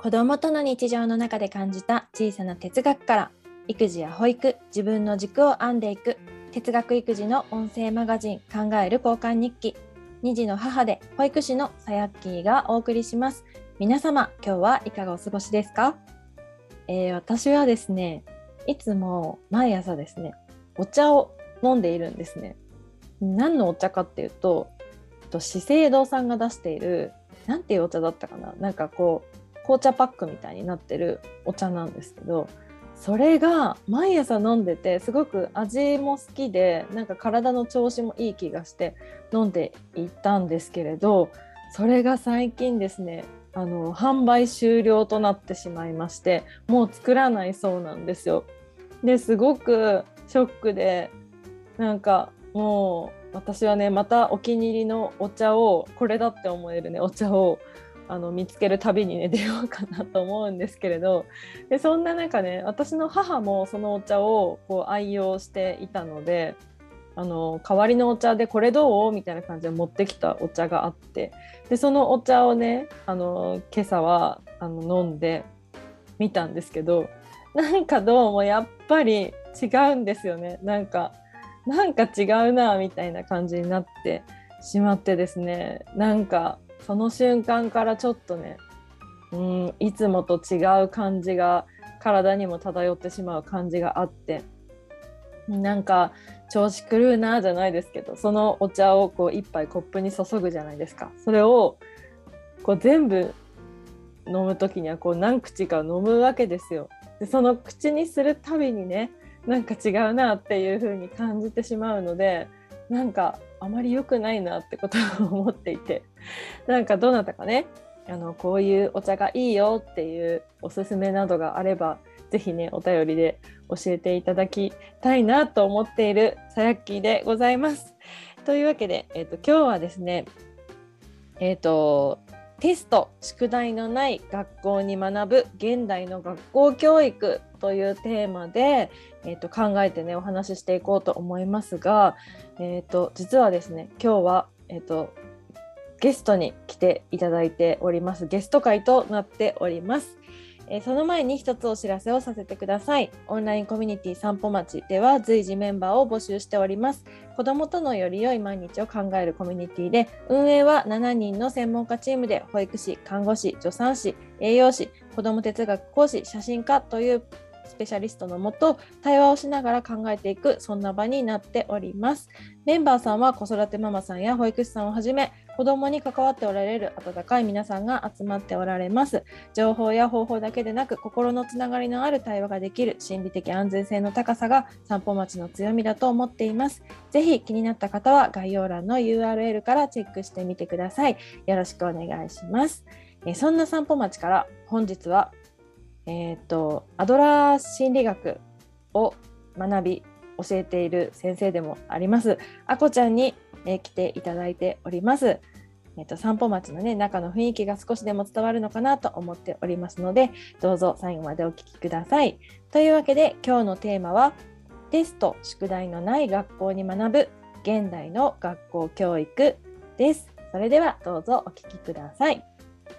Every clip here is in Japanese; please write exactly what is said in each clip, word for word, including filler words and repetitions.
子どもとの日常の中で感じた小さな哲学から、育児や保育、自分の軸を編んでいく哲学育児の音声マガジン、考える交換日記。に児の母で保育士のさやっきーがお送りします。皆様、今日はいかがお過ごしですか？えー、私はですね、いつも毎朝ですね、お茶を飲んでいるんですね。何のお茶かっていうと、資生堂さんが出している、なんていうお茶だったかな、なんかこう紅茶パックみたいになってるお茶なんですけど、それが毎朝飲んでて、すごく味も好きで、なんか体の調子もいい気がして飲んでいたんですけれど、それが最近ですね、あの販売終了となってしまいまして、もう作らないそうなんですよ。ですごくショックで、なんかもう私はね、またお気に入りのお茶を、これだって思えるねお茶をあの見つけるたびにね、出ようかなと思うんですけれど、でそんな中ね、私の母もそのお茶をこう愛用していたので、あの代わりのお茶でこれどうみたいな感じで持ってきたお茶があって、でそのお茶をね、あの今朝はあの飲んでみたんですけど、なんかどうもやっぱり違うんですよね。なんかなんか違うなみたいな感じになってしまってですね、なんかその瞬間からちょっとね、うん、いつもと違う感じが体にも漂ってしまう感じがあって、なんか調子狂うなじゃないですけど、そのお茶をこう一杯コップに注ぐじゃないですか。それをこう全部飲む時にはこう何口か飲むわけですよ。でその口にするたびにね、なんか違うなっていう風に感じてしまうので、なんかあまり良くないなってことを思っていて、なんかどなたかね、あのこういうお茶がいいよっていうおすすめなどがあれば、ぜひねお便りで教えていただきたいなと思っているさやっきーでございます。というわけで、えーと、今日はですね、えーとテスト・宿題のない学校に学ぶ現代の学校教育というテーマで、えー、と考えてねお話ししていこうと思いますが、えー、と実はですね、今日は、えー、とゲストに来ていただいております。ゲスト会となっております。えー、その前に一つお知らせをさせてください。オンラインコミュニティ散歩町では随時メンバーを募集しております。子どもとのより良い毎日を考えるコミュニティで、運営はしちにんの専門家チームで、保育士、看護師、助産師、栄養士、子ども哲学講師、写真家というスペシャリストのもと対話をしながら考えていく、そんな場になっております。メンバーさんは子育てママさんや保育士さんをはじめ、子どもに関わっておられる温かい皆さんが集まっておられます。情報や方法だけでなく、心のつながりのある対話ができる心理的安全性の高さが散歩町の強みだと思っています。ぜひ気になった方は概要欄の ユーアールエル からチェックしてみてください。よろしくお願いします。えそんな散歩町から本日はえー、とアドラー心理学を学び教えている先生でもありますあこちゃんに、えー、来ていただいております。えー、と散歩町の、ね、中の雰囲気が少しでも伝わるのかなと思っておりますので、どうぞ最後までお聞きください。というわけで、今日のテーマはテスト・宿題のない学校に学ぶ現代の学校教育です。それではどうぞお聞きください。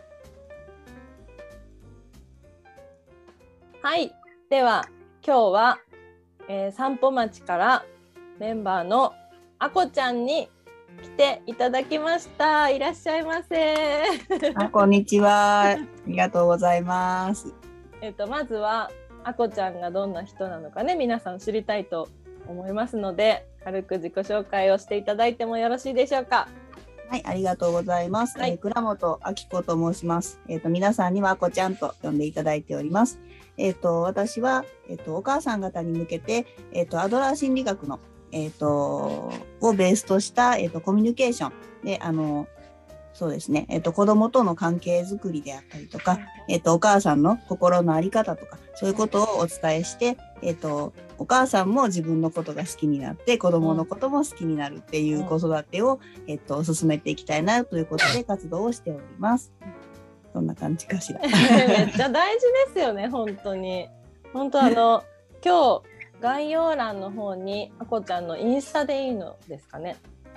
はい、では今日は、えー、散歩町からメンバーのあこちゃんに来ていただきました。いらっしゃいませ。 あ、こんにちは。ありがとうございます。 えっとまずはあこちゃんがどんな人なのかね、皆さん知りたいと思いますので、軽く自己紹介をしていただいてもよろしいでしょうか。 はい、ありがとうございます。はい、えー、倉本明子と申します。えっと皆さんにはあこちゃんと呼んでいただいております。えっと私はえっとお母さん方に向けてえっとアドラー心理学のえっとをベースとしたえっとコミュニケーションで、あのそうですね、えっと子供との関係づくりであったりとか、えっとお母さんの心の在り方とか、そういうことをお伝えして、えっとお母さんも自分のことが好きになって子供のことも好きになるっていう子育てを、えっと進めていきたいなということで活動をしております。そんな感じかしら。 めっちゃ大事ですよね、本当に。本当あの今日概要欄の方にあこちゃんのインスタでいいのですかね。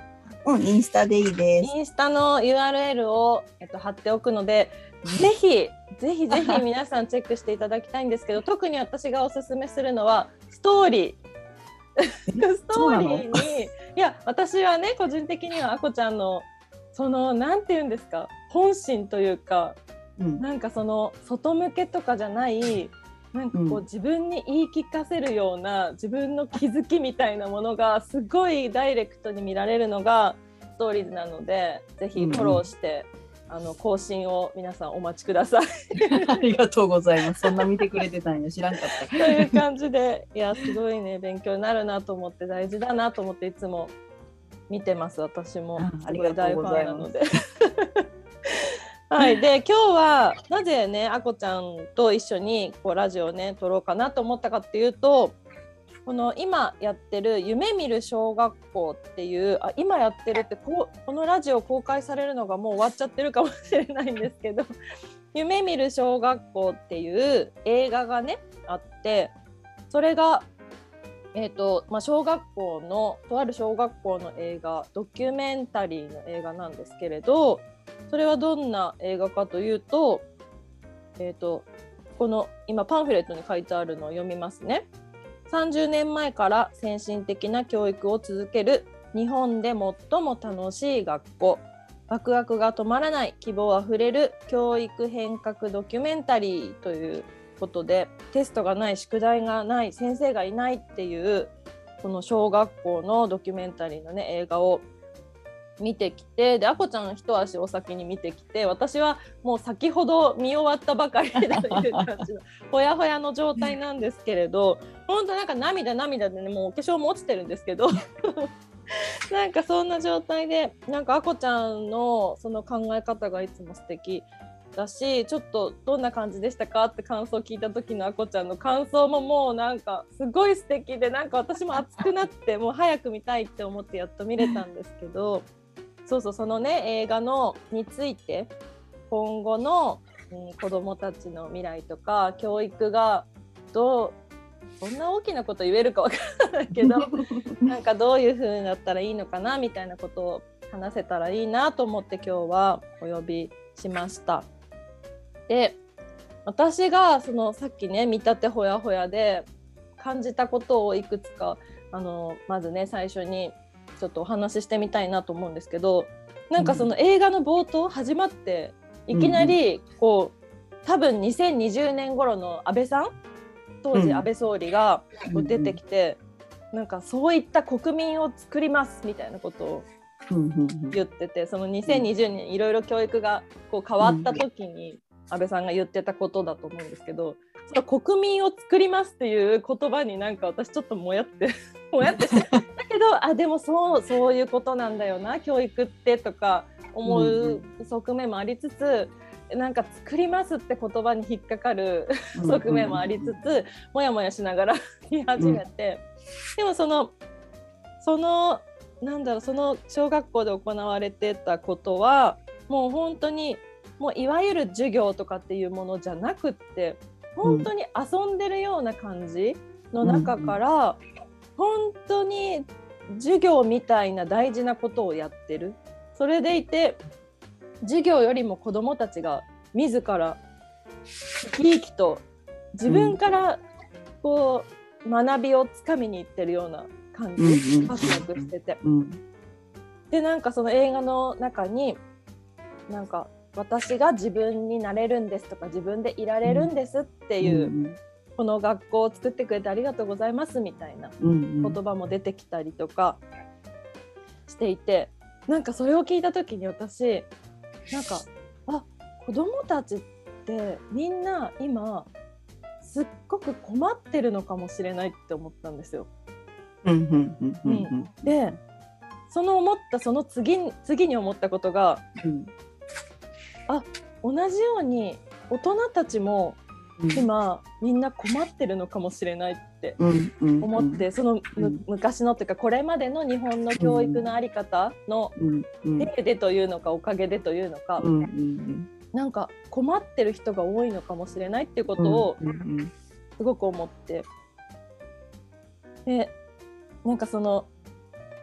うん、インスタでいいです。 インスタの ユーアールエル を、えっと、貼っておくので、ぜひぜひぜひ皆さんチェックしていただきたいんですけど、特に私がおすすめするのはストーリーストーリーに、いや私はね個人的にはあこちゃんのそのなんていうんですか、本心というか、うん、なんかその外向けとかじゃないなんかこう、うん、自分に言い聞かせるような自分の気づきみたいなものがすごいダイレクトに見られるのがストーリーズなので、ぜひフォローして、うん、あの更新を皆さんお待ちくださいありがとうございます。そんな見てくれてたんや、知らんかったという感じで、いやすごいね勉強になるなと思って、大事だなと思っていつも見てます。私もすごい大ファンなのではい、で今日はなぜねあこちゃんと一緒にこうラジオをね撮ろうかなと思ったかっていうと、この今やってる夢見る小学校っていう、あ今やってるってこうこのラジオ公開されるのがもう終わっちゃってるかもしれないんですけど夢見る小学校っていう映画がねあって、それがえーとまあ、小学校のとある小学校の映画、ドキュメンタリーの映画なんですけれど、それはどんな映画かというと、えーとこの今パンフレットに書いてあるのを読みますね。さんじゅうねんまえから先進的な教育を続ける日本で最も楽しい学校、ワクワクが止まらない希望あふれる教育変革ドキュメンタリーということで、テストがない、宿題がない、先生がいないっていうこの小学校のドキュメンタリーのね映画を見てきて、であこちゃん一足お先に見てきて、私はもう先ほど見終わったばかりという感じのほやほやの状態なんですけれど、本当なんか涙涙でね、もうお化粧も落ちてるんですけどなんかそんな状態で、なんかあこちゃんのその考え方がいつも素敵だし、ちょっとどんな感じでしたかって感想を聞いた時のあこちゃんの感想ももうなんかすごい素敵で、なんか私も熱くなってもう早く見たいって思ってやっと見れたんですけどそうそう、そのね映画のについて今後の、うん、子どもたちの未来とか教育がどうそんな大きなこと言えるかわからないけどなんかどういう風になったらいいのかなみたいなことを話せたらいいなと思って今日はお呼びしました。で私がそのさっきね見立てほやほやで感じたことをいくつかあのまずね最初にちょっとお話ししてみたいなと思うんですけど、なんかその映画の冒頭始まっていきなりこう多分にせんにじゅうねん頃の安倍さん、当時安倍総理がこう出てきて、なんかそういった国民を作りますみたいなことを言ってて、そのにせんにじゅうねんいろいろ教育がこう変わった時に安倍さんが言ってたことだと思うんですけど、その国民を作りますっていう言葉になんか私ちょっともやってもやってだけど、あでもそうそういうことなんだよな教育ってとか思う側面もありつつ、なんか作りますって言葉に引っかかる側面もありつつ、もやもやしながら見始めて、でもそのそのなんだろうその小学校で行われてたことはもう本当にもういわゆる授業とかっていうものじゃなくって、本当に遊んでるような感じの中から、本当に授業みたいな大事なことをやってる。それでいて授業よりも子どもたちが自ら生き生きと自分からこう学びをつかみにいってるような感じ、ワクワクしてて、でなんかその映画の中になんか私が自分になれるんですとか自分でいられるんですっていう、うん、この学校を作ってくれてありがとうございますみたいな言葉も出てきたりとかしていて、なんかそれを聞いた時に私なんかあ子供たちってみんな今すっごく困ってるのかもしれないって思ったんですよ。でその思ったその次に、次に思ったことが、うんあ同じように大人たちも今、うん、みんな困ってるのかもしれないって思って、うんうん、そのむ昔のというかこれまでの日本の教育の在り方のせいでというのかおかげでというのか、うんうん、なんか困ってる人が多いのかもしれないっていうことをすごく思って、でなんかその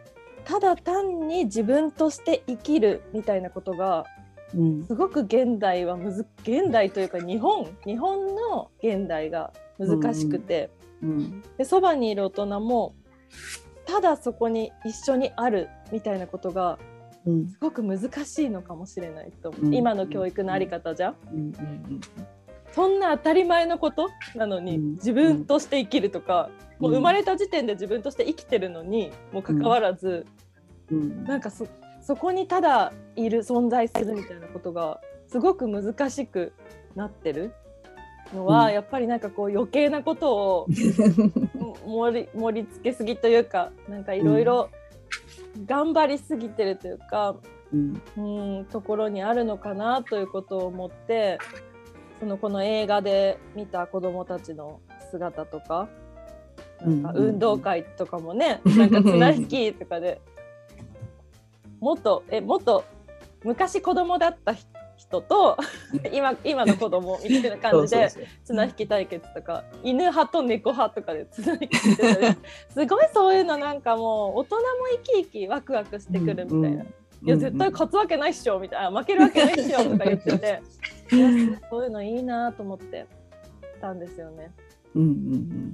ただ単に自分として生きるみたいなことが、うん、すごく現代はむず現代というか日本日本の現代が難しくて、うんうん、でそばにいる大人もただそこに一緒にあるみたいなことがすごく難しいのかもしれないと思う、うん、今の教育のあり方じゃ、うんうんうん、そんな当たり前のことなのに、うん、自分として生きるとか、うん、もう生まれた時点で自分として生きてるのにもかかわらず、うん、なんか そ, そこにただいる存在するみたいなことがすごく難しくなってるのは、うん、やっぱりなんかこう余計なことを盛り、盛り付けすぎというか、なんかいろいろ頑張りすぎてるというか、うんうん、ところにあるのかなということを思って、そのこの映画で見た子どもたちの姿とか、なんか運動会とかもね、なんか綱引きとかでもっとえもっと昔子供だった人と今, 今の子供みたいな感じで綱引き対決とか、犬派と猫派とかで綱引きしてたりすごいそういうのなんかもう大人も生き生きワクワクしてくるみたいな、うんうん、いや絶対勝つわけないっしょみたいな、負けるわけないっしょとか言ってていやそういうのいいなと思ってたんですよね。うんうんうん、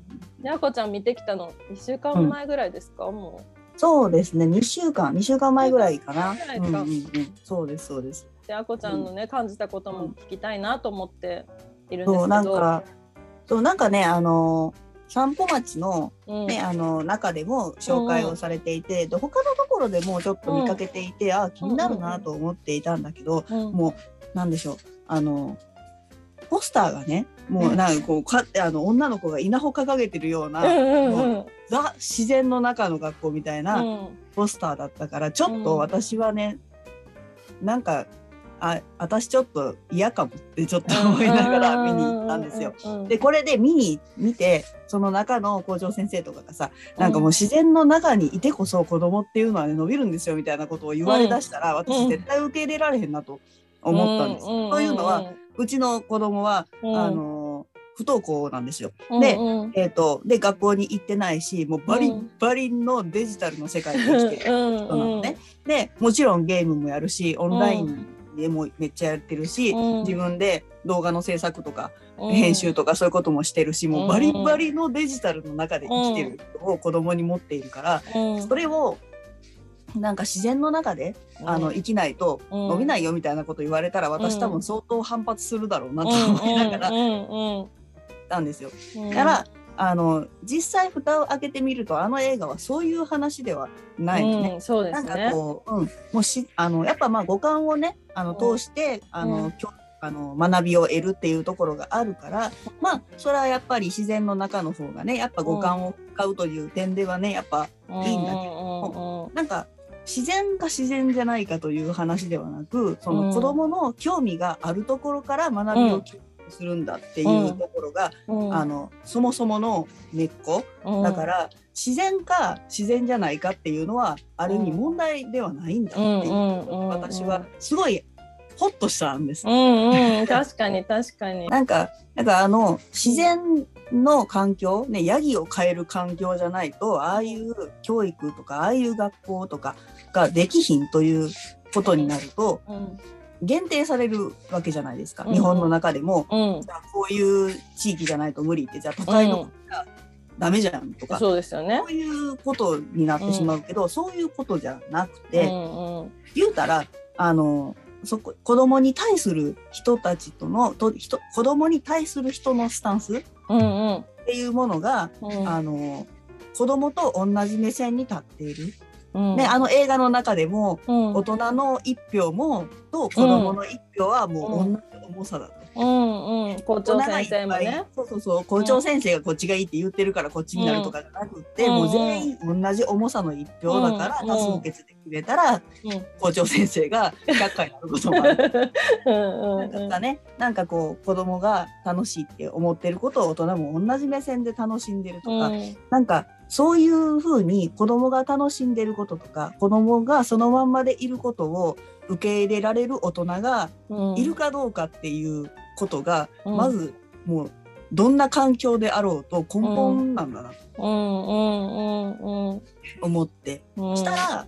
であこちゃん見てきたのいっしゅうかんまえぐらいですか、うん、もうそうですね、にしゅうかんにしゅうかんまえぐらいかな。うんうんうん、そうですそうです。 であこちゃんのね、うん、感じたことも聞きたいなと思っているんですけど、 そうなんかそうなんかね、あの散歩町の、ね、うん、あの中でも紹介をされていて、うん、他のところでもちょっと見かけていて、うん、あ気になるなと思っていたんだけど、うん、もうなんでしょう、あのポスターがね、もうなんかこうかあの女の子が稲穂掲げてるような、うんうんうん、ザ自然の中の学校みたいなポスターだったから、ちょっと私はね、なんかあ私ちょっと嫌かもってちょっと思いながら見に行ったんですよ。でこれで見に見て、その中の校長先生とかがさ、なんかもう自然の中にいてこそ子供っていうのはね伸びるんですよみたいなことを言われだしたら、私絶対受け入れられへんなと思ったんです。というのはうちの子供は、うん、あの不登校なんですよ。うんうん、で、えーと、で学校に行ってないし、もうバリッバリのデジタルの世界で生きてる人なのね。うんうん、でもちろんゲームもやるし、オンラインでもめっちゃやってるし、うん、自分で動画の制作とか、うん、編集とかそういうこともしてるし、もうバリバリのデジタルの中で生きてる人を子供に持っているから、うん、それをなんか自然の中で、うん、あの生きないと伸びないよみたいなこと言われたら、うん、私多分相当反発するだろうなと思いながらたんですよ。だからあの実際蓋を開けてみると、あの映画はそういう話ではないのね。 うん、そうですね。 なんかこう、うん、もうしあのやっぱまあ五感をね、あの通して、うん、あの、うん、あの学びを得るっていうところがあるから、まあそれはやっぱり自然の中の方がね、やっぱ五感を使うという点ではね、やっぱいいんだけども、うん、なんか自然か自然じゃないかという話ではなく、その子どもの興味があるところから学びをするんだっていうところが、うん、あのそもそもの根っこ、うん、だから自然か自然じゃないかっていうのはある意味問題ではないんだっていう、うん、私はすごいホッとしたんです。 うんうん、確かに確かに。 なんかなんかあの自然の環境ね、ヤギを飼える環境じゃないと、ああいう教育とかああいう学校とかができひんということになると、うん、限定されるわけじゃないですか、うん、日本の中でも、うん、じゃあこういう地域じゃないと無理って、じゃあ都会の子がダメじゃんとか、 うん、そうですよね。 そういうことになってしまうけど、うん、そういうことじゃなくて、うんうん、言うたらあのそこ子供に対する人たちとのと人子供に対する人のスタンスっていうものが、うんうん、あの子供と同じ目線に立っている、うんね、あの映画の中でも、うん、大人の一票もと子供の一票はもう同じ重さだと、 うんうん、校長先生もね、 そうそうそう、校長先生がこっちがいいって言ってるからこっちになるとかじゃなくって、うん、もう全員同じ重さの一票だから、うん、多数決で決めたら、うん、校長先生がひゃっかいになることもあるうんうん、なんかね、なんかこう子供が楽しいって思ってることを大人も同じ目線で楽しんでるとか、うん、なんかそういうふうに子供が楽しんでることとか、子供がそのまんまでいることを受け入れられる大人がいるかどうかっていうことが、うん、まずもうどんな環境であろうと根本なんだなと思って、したら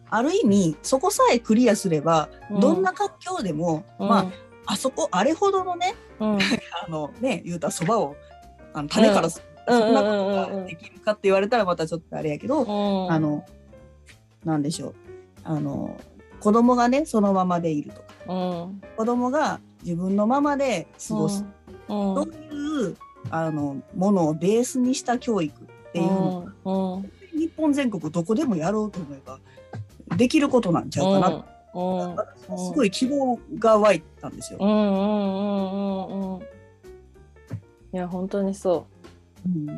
ある意味そこさえクリアすれば、うん、どんな環境でも、うん、まああそこあれほどのね、うん、あのね言うたらそばをあの種からそんなことができるかって言われたらまたちょっとあれやけど、うん、あのなんでしょう、あの子供がねそのままでいるとか、うん、子供が自分のままで過ごす、うんうん、そういうあのものをベースにした教育っていうのが、うんうん、日本全国どこでもやろうと思えばできることなんちゃうかな、うんうん、すごい希望が湧いたんですよ。うんうんうんうん、いや本当にそう、うんうん、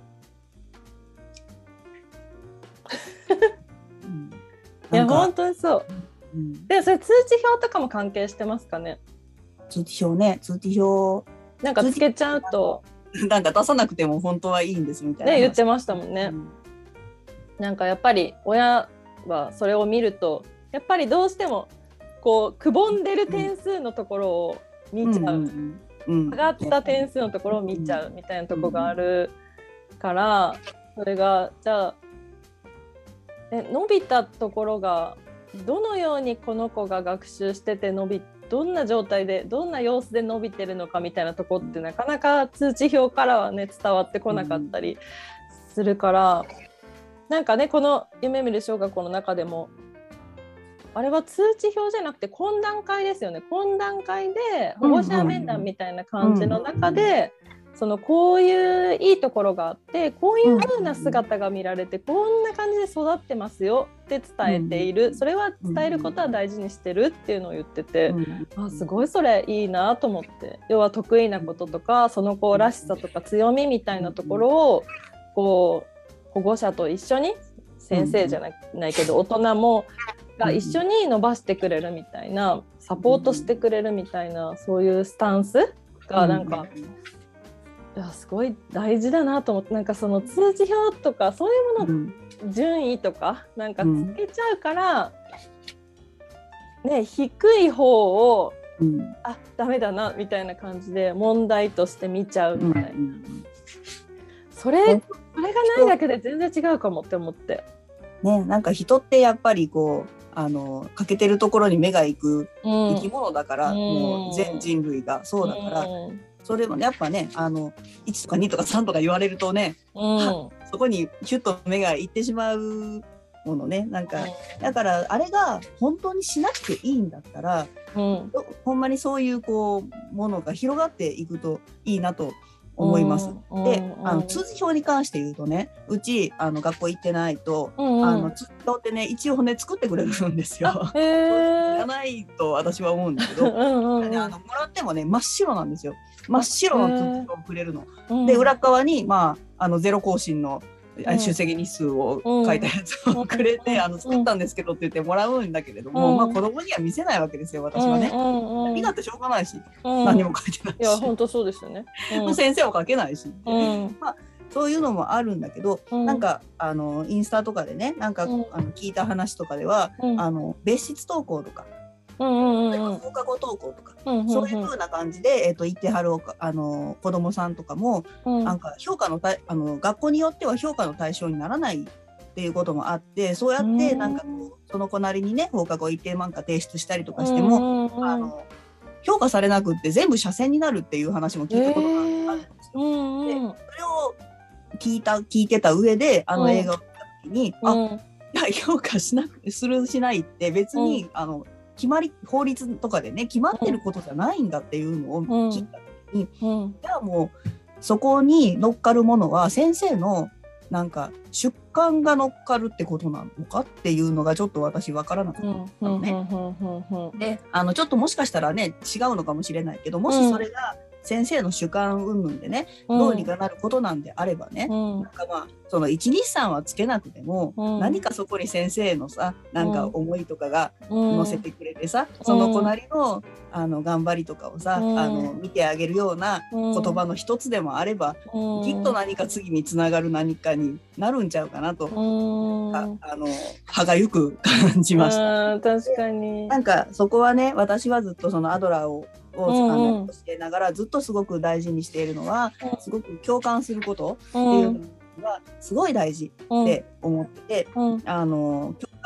いや本当にそう、うん、でそれ通知表とかも関係してますかね。 通知表ね、通知表なんかつけちゃうとなんか出さなくても本当はいいんですみたいなね言ってましたもんね、うん、なんかやっぱり親はそれを見るとやっぱりどうしてもこうくぼんでる点数のところを見ちゃう、うんうん、上がった点数のところを見ちゃうみたいなところがあるから、それがじゃあえ伸びたところがどのようにこの子が学習してて伸びどんな状態でどんな様子で伸びてるのかみたいなとこってなかなか通知表からはね伝わってこなかったりするから、なんかねこの夢見る小学校の中でもあれは通知表じゃなくて懇談会ですよね。懇談会で保護者面談みたいな感じの中で、そのこういういいところがあってこういう風な姿が見られてこんな感じで育ってますよって伝えている、それは伝えることは大事にしてるっていうのを言ってて、あすごいそれいいなと思って、要は得意なこととかその子らしさとか強みみたいなところをこう保護者と一緒に先生じゃないけど大人もが一緒に伸ばしてくれるみたいな、サポートしてくれるみたいな、そういうスタンスがなんか、いやすごい大事だなと思って、なんかその通知表とかそういうもの、順位とかなんかつけちゃうから、ね、低い方を、あダメだなみたいな感じで問題として見ちゃうみたいな、それ、それがないだけで全然違うかもって思って。 ね、なんか人ってやっぱりこうあの欠けてるところに目が行く生き物だから、うん、もう全人類がそうだから、うん、それもやっぱねあのいちとかにとかさんとか言われるとね、うん、そこにヒュッと目が行ってしまうものね。なんか、うん、だからあれが本当にしなくていいんだったら、うん、ほんまにそういうこうものが広がっていくといいなと思います。うん、で、うん、あの通知表に関して言うとね、うちあの学校行ってないと、うん、あの通知表ってね一応ね作ってくれるんですよ。へー。じゃないと私は思うんだけど、うんうん、あのもらってもね真っ白なんですよ。真っ白の通知表をくれるの。で裏側にまああのゼロ更新の出席日数を書いたやつをくれて、うん、あの作ったんですけどって言ってもらうんだけれども、うん、まあ子供には見せないわけですよ私はね。見たってしょうがないし、うん、何も書いてないし、 いや本当そうですよね、 うん、先生は書けないし、うんまあ、そういうのもあるんだけど、うん、なんかあのインスタとかでねなんか、うん、あの聞いた話とかでは、うん、あの別室登校とかうんうんうんうん、放課後登校とか、うんうんうん、そういう風な感じで、えー、と言ってはるあの子どもさんとかも、うん、なんか評価のたあの学校によっては評価の対象にならないっていうこともあって、そうやってなんかこうその子なりにね放課後一定満価提出したりとかしても、うんうんうん、あの評価されなくって全部斜線になるっていう話も聞いたことがあるんですよ、えーうんうん、でそれを聞いた聞いてた上であの映画を見た時に、うん、あいや評価しなくするしないって別に、うん、あの決まり法律とかでね決まってることじゃないんだっていうのを聞いた時に、うんうん、じゃあもうそこに乗っかるものは先生のなんか主観が乗っかるってことなのかっていうのがちょっと私分からなかったのね。であのちょっともしかしたらね違うのかもしれないけど、もしそれが先生の主観云々でね、うん、どうにかなることなんであればね、うん、なんかまあそのいちにさんはつけなくても、うん、何かそこに先生のさなんか思いとかが載せてくれてさ、うん、その子なりのあの頑張りとかをさ、うん、あの見てあげるような言葉の一つでもあれば、うん、きっと何か次につながる何かになるんちゃうかなと、うん、ああの歯がゆく感じました。 あ確かになんかそこはね私はずっとそのアドラーをを、うんうん、あの教えながらずっとすごく大事にしているのは、うん、すごく共感することっていうのがすごい大事って思ってて、うん、あの共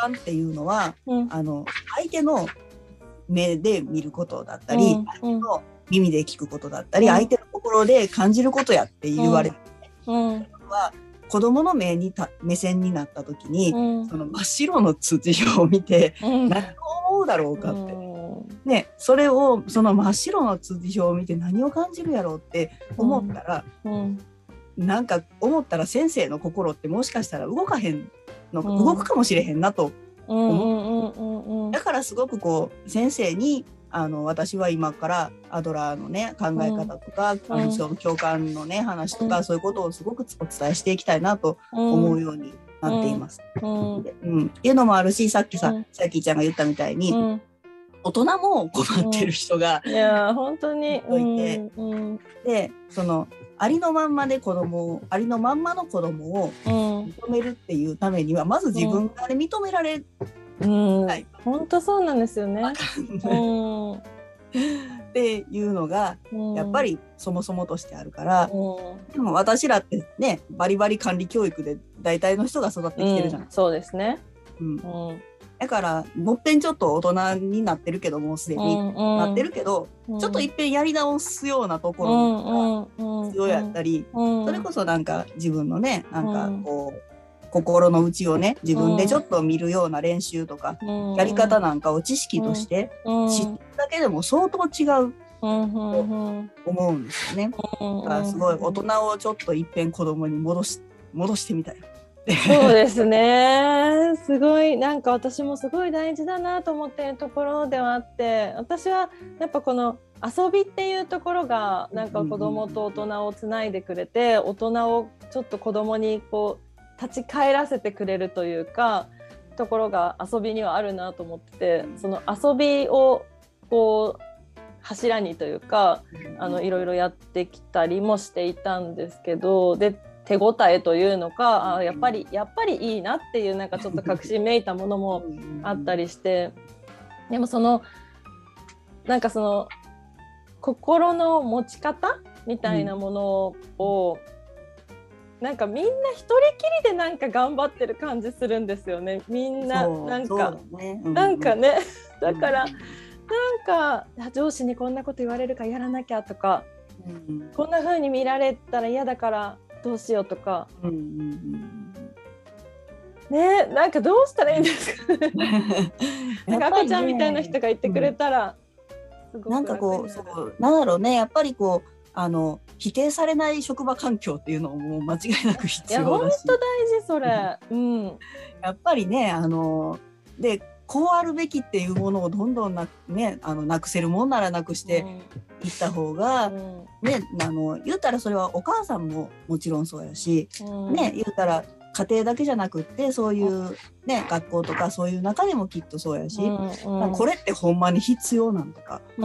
感っていうのは、 うん、 あの相手の目で見ることだったり、 うん、 相手の耳で聞くことだったり、 うん、 相手の心で感じることやって言われる、 うん、 は子供の目にた目線になった時に、 うん、 その真っ白の通知表を見て、 うん、 何を思うだろうかって、 うん、 ね、それをその真っ白の通知表を見て何を感じるやろうって思ったら、 うん、 なんか思ったら先生の心ってもしかしたら動かへんの、 うん、 動くかもしれへんなと思う、 うん、 だからすごくこう先生にあの私は今からアドラーのね考え方とか、 うん、 あのその共感のね話とか、 うん、 そういうことをすごくお伝えしていきたいなと思うようになっています。 うん、 うん、っていうのもあるし、さっきさ、 うん、 さきちゃんが言ったみたいに、 うん、 大人も困ってる人が、 いや本当にいて、 うん、 でそのありのまんまで子供をありのまんまの子供を認めるっていうためには、まず自分が、ね、認められる、 うん、はい、本当そうなんですよね。うんっていうのがやっぱりそもそもとしてあるから、 うん、 でも私らってねバリバリ管理教育で大体の人が育ってきてるじゃない、 うん、そうですね、 うんうん、だからもっぺんちょっと大人になってるけどもうすでに、うんうん、なってるけど、うん、ちょっといっぺんやり直すようなところが必要やったり、うんうん、それこそなんか自分のねなんかこう、うん心の内をね自分でちょっと見るような練習とか、うん、やり方なんかを知識として知ってるだけでも相当違うと思うんですよね。だからすごい大人をちょっといっぺん子供に戻し戻してみたい。 そうですね。すごいなんか私もすごい大事だなと思っているところではあって、私はやっぱこの遊びっていうところがなんか子供と大人をつないでくれて、大人をちょっと子供にこう立ち返らせてくれるというかところが遊びにはあるなと思ってて、その遊びをこう柱にというかあのいろいろやってきたりもしていたんですけど、で手応えというのかあやっぱりやっぱりいいなっていうなんかちょっと確信めいたものもあったりして、でもそのなんかその心の持ち方みたいなものを、うんなんかみんな一人きりでなんか頑張ってる感じするんですよね。みんななんか、ねうん、なんかねだから、うん、なんか上司にこんなこと言われるからやらなきゃとか、うん、こんな風に見られたら嫌だからどうしようとか、うんうんうん、ねなんかどうしたらいいんですかね。なんか赤ちゃんみたいな人がいてくれたら、 うん、すごくなんかこうそうなんだろうねやっぱりこうあの否定されない職場環境っていうのも間違いなく必要だし、いや本当大事それ、うん、 やっぱりねあのでこうあるべきっていうものをどんどんな、ね、あのなくせるもんならなくしていった方が、うん、ねあの言うたらそれはお母さんももちろんそうやし、うん、ね言うたら家庭だけじゃなくってそういう、ね、学校とかそういう中でもきっとそうやし、うんうん、これってほんまに必要なんとか、うん、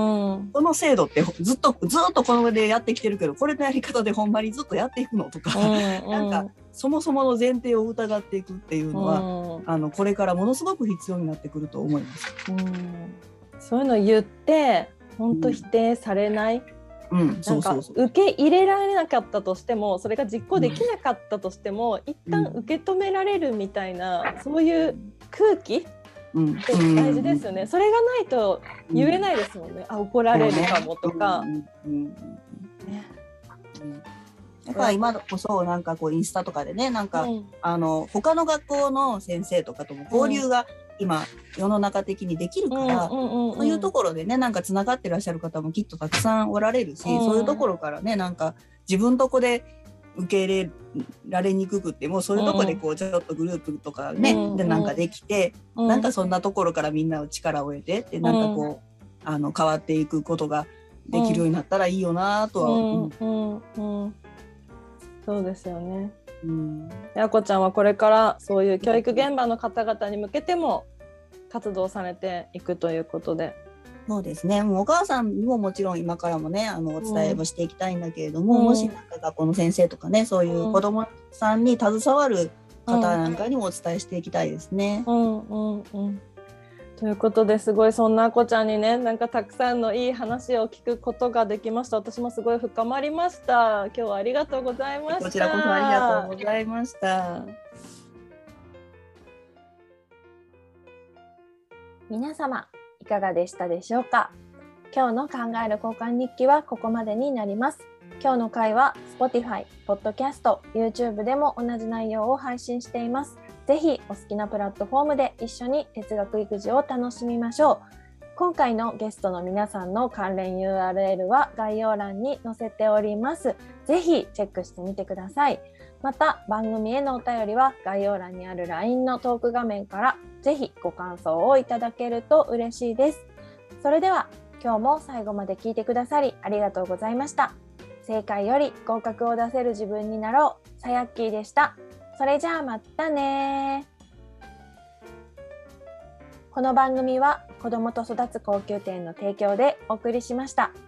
この制度ってずっとずっとこの上でやってきてるけどこれのやり方でほんまにずっとやっていくのとか、うんうん、なんかそもそもの前提を疑っていくっていうのは、うん、あのこれからものすごく必要になってくると思います。 うん、そういうの言って本当否定されない、うん、なんか受け入れられなかったとしてもそれが実行できなかったとしても、うん、一旦受け止められるみたいな、うん、そういう空気って大事ですよね、うん、それがないと言えないですもんね、うん、あ怒られるかもとか、うんうんねうんだから今こそなんかこうインスタとかでねなんか、うん、あの他の学校の先生とかとも交流が今世の中的にできるから、そういうところでねなんかつながってらっしゃる方もきっとたくさんおられるし、うん、そういうところからねなんか自分とこで受け入れられにくくってもそういうところでこうちょっとグループとかね、うん、でなんかできて、うん、なんかそんなところからみんなの力を得てでなんかこう、うん、あの変わっていくことができるようになったらいいよなとは思う。うんうんうんそうですよね、うん、やこちゃんはこれからそういう教育現場の方々に向けても活動されていくということで。 そうですねもうお母さんにももちろん今からもねあのお伝えもしていきたいんだけれども、うん、もしなんか学校の先生とかねそういう子どもさんに携わる方なんかにもお伝えしていきたいですね。 うんうんうんということですごいそんなあこちゃんにねなんかたくさんのいい話を聞くことができました。私もすごい深まりました。今日はありがとうございました。 こちらこそありがとうございました。 皆様いかがでしたでしょうか。今日の考える交換日記はここまでになります。今日の回は Spotify、Podcast、YouTube でも同じ内容を配信しています。ぜひお好きなプラットフォームで一緒に哲学育児を楽しみましょう。今回のゲストの皆さんの関連 ユーアールエル は概要欄に載せております。ぜひチェックしてみてください。また番組へのお便りは概要欄にある ライン のトーク画面からぜひご感想をいただけると嬉しいです。それでは今日も最後まで聞いてくださりありがとうございました。正解より合格を出せる自分になろう。さやっきーでした。それじゃあまたね。この番組は子どもと育つ高級店の提供でお送りしました。